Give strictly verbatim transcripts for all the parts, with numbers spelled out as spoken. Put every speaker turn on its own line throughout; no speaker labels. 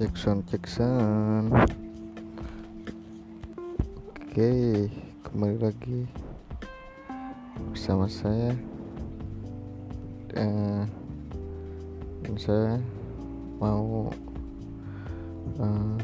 Cek sound, cek sound. Oke, kembali lagi bersama saya. Eh, dan saya mau eh,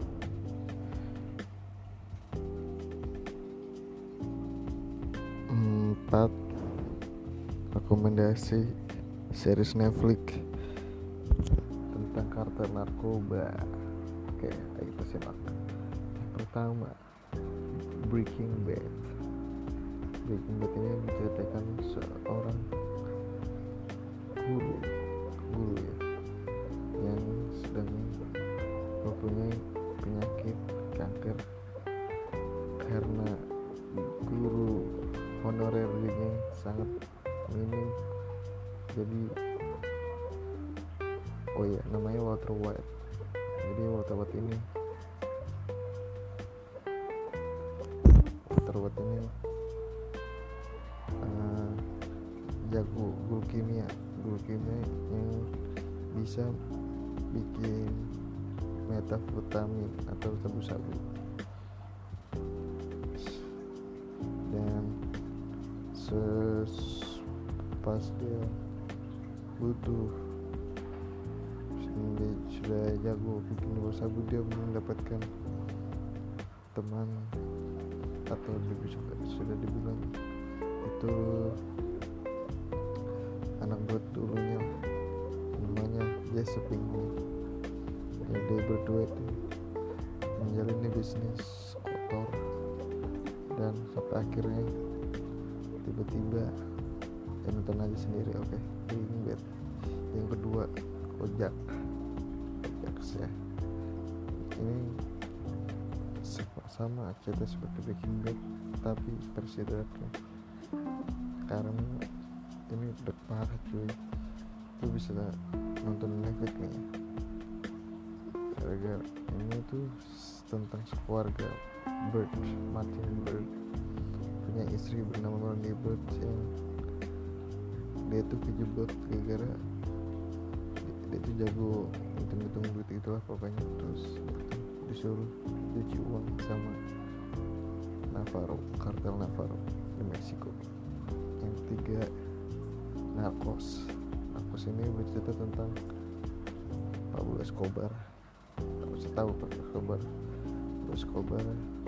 empat rekomendasi series Netflix tentang karakter narkoba. Oke, ayo kita simak. Yang pertama, Breaking Bad. Breaking Bad ini menceritakan seorang guru, guru ya, yang sedang mempunyai penyakit kanker karena guru honorernya sangat minim. Jadi, oh ya, namanya Walter White. Jadi Walter White ini Walter White ini uh, jago guru kimia, guru kimia yang bisa bikin metafetamin atau sabu-sabu. Dan ses pas dia butuh dia sudah jago bikin sabu, dia mendapatkan teman atau lebih sudah dibilang itu anak buat dulunya, namanya Jesse Pinkman. Ya, dia berdua itu menjalani bisnis kotor dan sampai akhirnya tiba-tiba ya nonton aja sendiri. Oke, okay. Breaking Bad. Yang kedua, Kojak. Kojak ya. Ini sama cerita seperti Breaking Bad tapi versi darknya, karena ini dark parah cuy. Itu bisa nonton Netflix nih, gara-gara ini tuh tentang sekeluarga Bird, Martin Bird punya istri bernama Ronnie Bird yang dia tuh kejebak gara-gara dia tuh jago hitung-hitung duit itulah pokoknya. Terus disuruh cuci uang sama Navarro, kartel Navarro di Meksiko. Yang ketiga, Narcos. Narcos ini bercerita tentang Pablo Escobar. Harus tahu Pablo Escobar. Pablo Escobar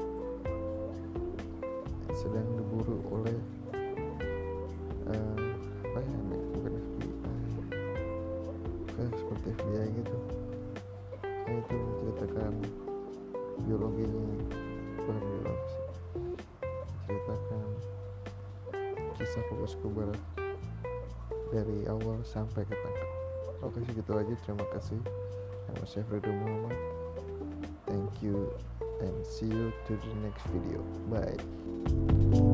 sedang diburu oleh uh, apa ya, bukan F B I, bukan seperti F B I gitu. Nah, itu menceritakan biologinya, bukan biologi sih, menceritakan kisah Pablo Escobar dari awal sampai ketangkap. Oke, segitu aja. Terima kasih. Nama saya Fredo Muhammad. Thank you and see you to the next video. Bye.